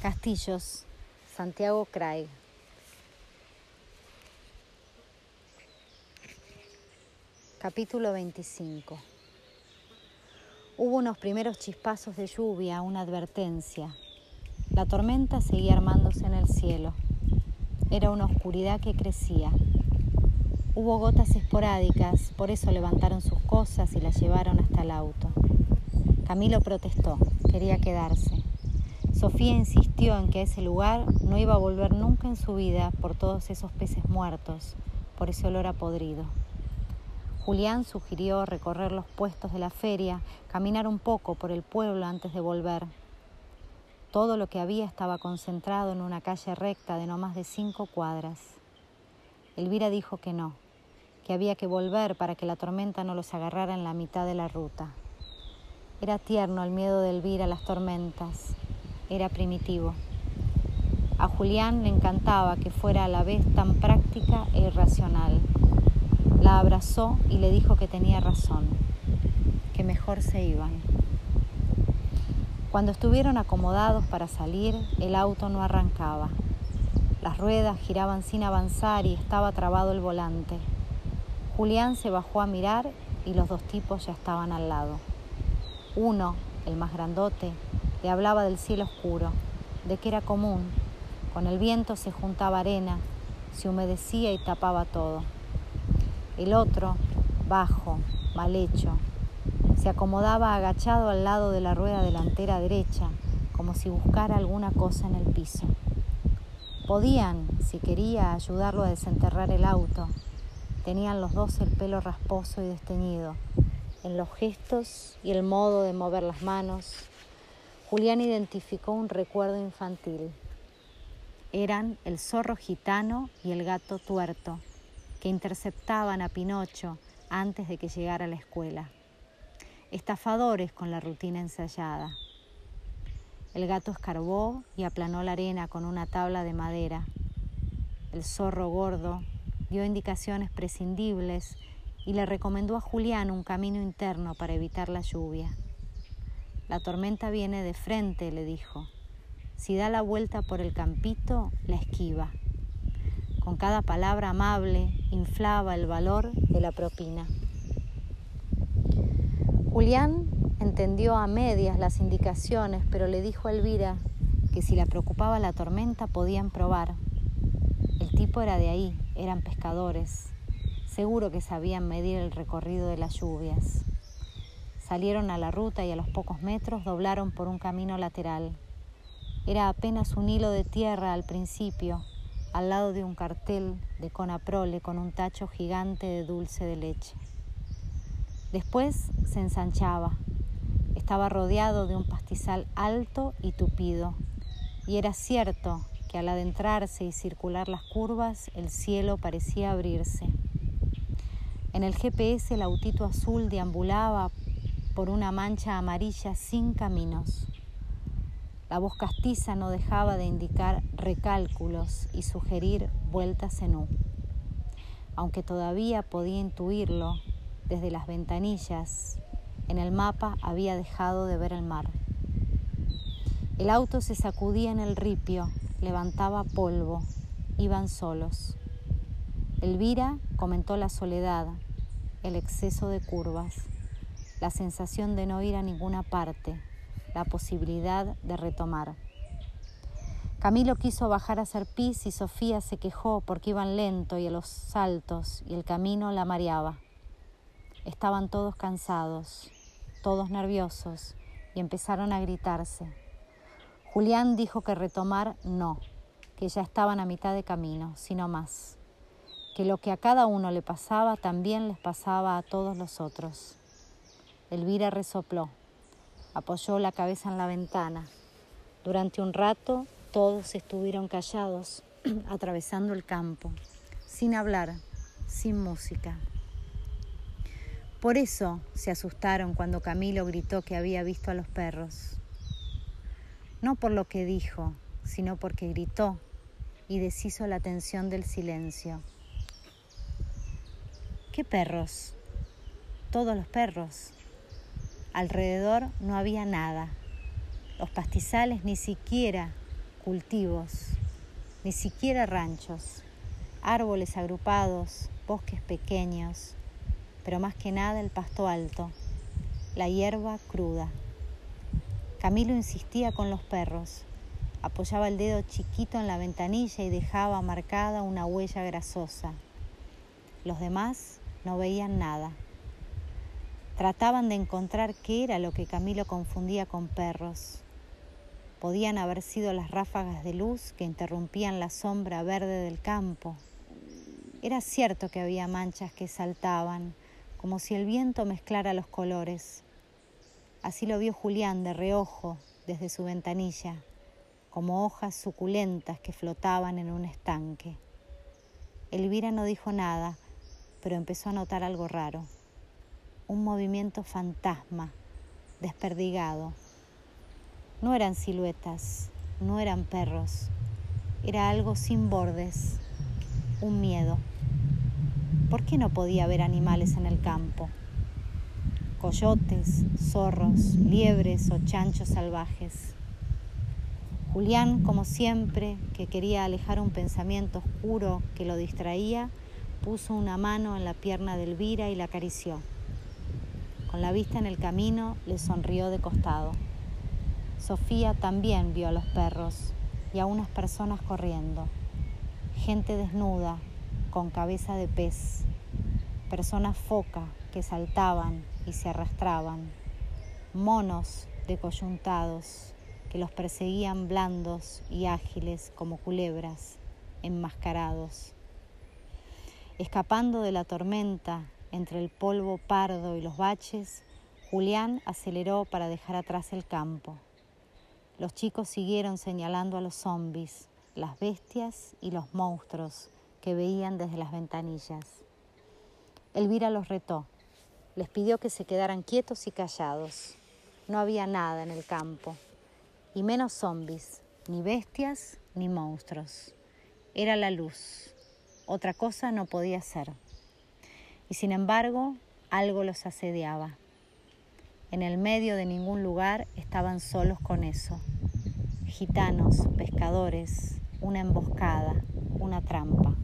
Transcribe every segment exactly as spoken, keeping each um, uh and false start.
Castillos, Santiago Craig. Capítulo veinticinco. Hubo unos primeros chispazos de lluvia, una advertencia. La tormenta seguía armándose en el cielo. Era una oscuridad que crecía. Hubo gotas esporádicas, por eso levantaron sus cosas y las llevaron hasta el auto. Camilo protestó, quería quedarse. Sofía insistió en que a ese lugar no iba a volver nunca en su vida por todos esos peces muertos, por ese olor a podrido. Julián sugirió recorrer los puestos de la feria, caminar un poco por el pueblo antes de volver. Todo lo que había estaba concentrado en una calle recta de no más de cinco cuadras. Elvira dijo que no, que había que volver para que la tormenta no los agarrara en la mitad de la ruta. Era tierno el miedo de Elvira a las tormentas. Era primitivo. A Julián le encantaba que fuera a la vez tan práctica e irracional. La abrazó y le dijo que tenía razón, que mejor se iban. Cuando estuvieron acomodados para salir, el auto no arrancaba. Las ruedas giraban sin avanzar y estaba trabado el volante. Julián se bajó a mirar y los dos tipos ya estaban al lado. Uno, el más grandote, le hablaba del cielo oscuro, de que era común. Con el viento se juntaba arena, se humedecía y tapaba todo. El otro, bajo, mal hecho, se acomodaba agachado al lado de la rueda delantera derecha, como si buscara alguna cosa en el piso. Podían, si quería, ayudarlo a desenterrar el auto. Tenían los dos el pelo rasposo y desteñido. En los gestos y el modo de mover las manos, Julián identificó un recuerdo infantil. Eran el zorro gitano y el gato tuerto, que interceptaban a Pinocho antes de que llegara a la escuela. Estafadores con la rutina ensayada. El gato escarbó y aplanó la arena con una tabla de madera. El zorro gordo dio indicaciones prescindibles y le recomendó a Julián un camino interno para evitar la lluvia. La tormenta viene de frente, le dijo. Si da la vuelta por el campito, la esquiva. Con cada palabra amable inflaba el valor de la propina. Julián entendió a medias las indicaciones, pero le dijo a Elvira que si la preocupaba la tormenta podían probar. El tipo era de ahí, eran pescadores. Seguro que sabían medir el recorrido de las lluvias. Salieron a la ruta y a los pocos metros doblaron por un camino lateral. Era apenas un hilo de tierra al principio, al lado de un cartel de Conaprole con un tacho gigante de dulce de leche. Después se ensanchaba. Estaba rodeado de un pastizal alto y tupido, y era cierto que al adentrarse y circular las curvas, el cielo parecía abrirse. En el G P S el autito azul deambulaba por una mancha amarilla sin caminos. La voz castiza no dejaba de indicar recálculos y sugerir vueltas en U. Aunque todavía podía intuirlo, desde las ventanillas, en el mapa había dejado de ver el mar. El auto se sacudía en el ripio, levantaba polvo, iban solos. Elvira comentó la soledad, el exceso de curvas, la sensación de no ir a ninguna parte, la posibilidad de retomar. Camilo quiso bajar a hacer pis y Sofía se quejó porque iban lento y a los saltos y el camino la mareaba. Estaban todos cansados, todos nerviosos y empezaron a gritarse. Julián dijo que retomar no, que ya estaban a mitad de camino, sino más, que lo que a cada uno le pasaba también les pasaba a todos los otros. Elvira resopló, apoyó la cabeza en la ventana. Durante un rato todos estuvieron callados, atravesando el campo, sin hablar, sin música. Por eso se asustaron cuando Camilo gritó que había visto a los perros. No por lo que dijo, sino porque gritó y deshizo la tensión del silencio. ¿Qué perros? Todos los perros. Alrededor no había nada. Los pastizales ni siquiera cultivos, ni siquiera ranchos, árboles agrupados, bosques pequeños, pero más que nada el pasto alto, la hierba cruda. Camilo insistía con los perros, apoyaba el dedo chiquito en la ventanilla y dejaba marcada una huella grasosa. Los demás no veían nada. Trataban de encontrar qué era lo que Camilo confundía con perros. Podían haber sido las ráfagas de luz que interrumpían la sombra verde del campo. Era cierto que había manchas que saltaban, como si el viento mezclara los colores. Así lo vio Julián de reojo desde su ventanilla, como hojas suculentas que flotaban en un estanque. Elvira no dijo nada, pero empezó a notar algo raro. Un movimiento fantasma, desperdigado. No eran siluetas, no eran perros. Era algo sin bordes, un miedo. ¿Por qué no podía haber animales en el campo? Coyotes, zorros, liebres o chanchos salvajes. Julián, como siempre, que quería alejar un pensamiento oscuro que lo distraía, puso una mano en la pierna de Elvira y la acarició. Con la vista en el camino, le sonrió de costado. Sofía también vio a los perros y a unas personas corriendo. Gente desnuda, con cabeza de pez. Personas foca que saltaban y se arrastraban. Monos decoyuntados que los perseguían blandos y ágiles como culebras, enmascarados. Escapando de la tormenta entre el polvo pardo y los baches, Julián aceleró para dejar atrás el campo. Los chicos siguieron señalando a los zombis, las bestias y los monstruos que veían desde las ventanillas. Elvira los retó, les pidió que se quedaran quietos y callados. No había nada en el campo, y menos zombis, ni bestias ni monstruos. Era la luz, otra cosa no podía ser. Y sin embargo, algo los asediaba. En el medio de ningún lugar estaban solos con eso. Gitanos, pescadores, una emboscada, una trampa.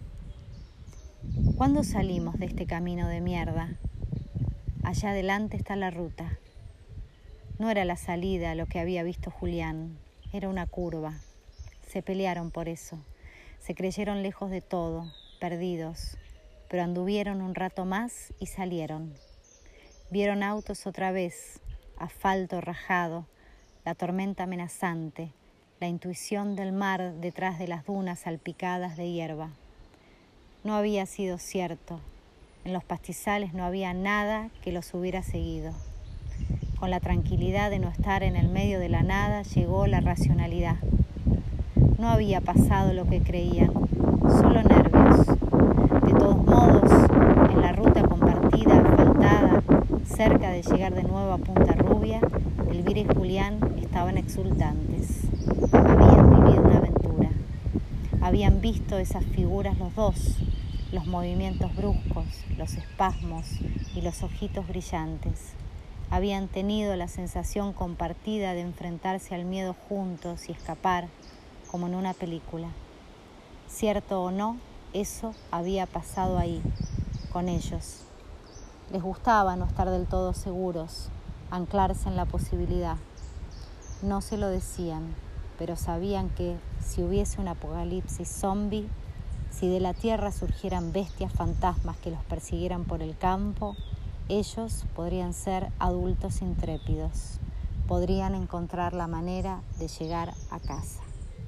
¿Cuándo salimos de este camino de mierda? Allá adelante está la ruta. No era la salida lo que había visto Julián, era una curva. Se pelearon por eso. Se creyeron lejos de todo, perdidos, pero anduvieron un rato más y salieron. Vieron autos otra vez, asfalto rajado, la tormenta amenazante, la intuición del mar detrás de las dunas salpicadas de hierba. No había sido cierto. En los pastizales no había nada que los hubiera seguido. Con la tranquilidad de no estar en el medio de la nada llegó la racionalidad. No había pasado lo que creían, solo nervios. De todos modos, en la ruta compartida, asfaltada, cerca de llegar de nuevo a Punta Rubia, Elvira y Julián estaban exultantes. Habían vivido una aventura. Habían visto esas figuras los dos, los movimientos bruscos, los espasmos y los ojitos brillantes. Habían tenido la sensación compartida de enfrentarse al miedo juntos y escapar, como en una película. Cierto o no, eso había pasado ahí, con ellos. Les gustaba no estar del todo seguros, anclarse en la posibilidad. No se lo decían, pero sabían que si hubiese un apocalipsis zombie, si de la tierra surgieran bestias fantasmas que los persiguieran por el campo, ellos podrían ser adultos intrépidos, podrían encontrar la manera de llegar a casa.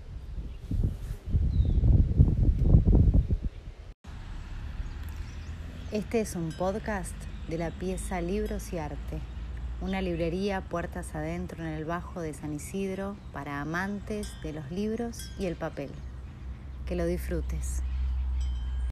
Este es un podcast de la pieza Libros y Arte, una librería puertas adentro en el Bajo de San Isidro para amantes de los libros y el papel. Que lo disfrutes.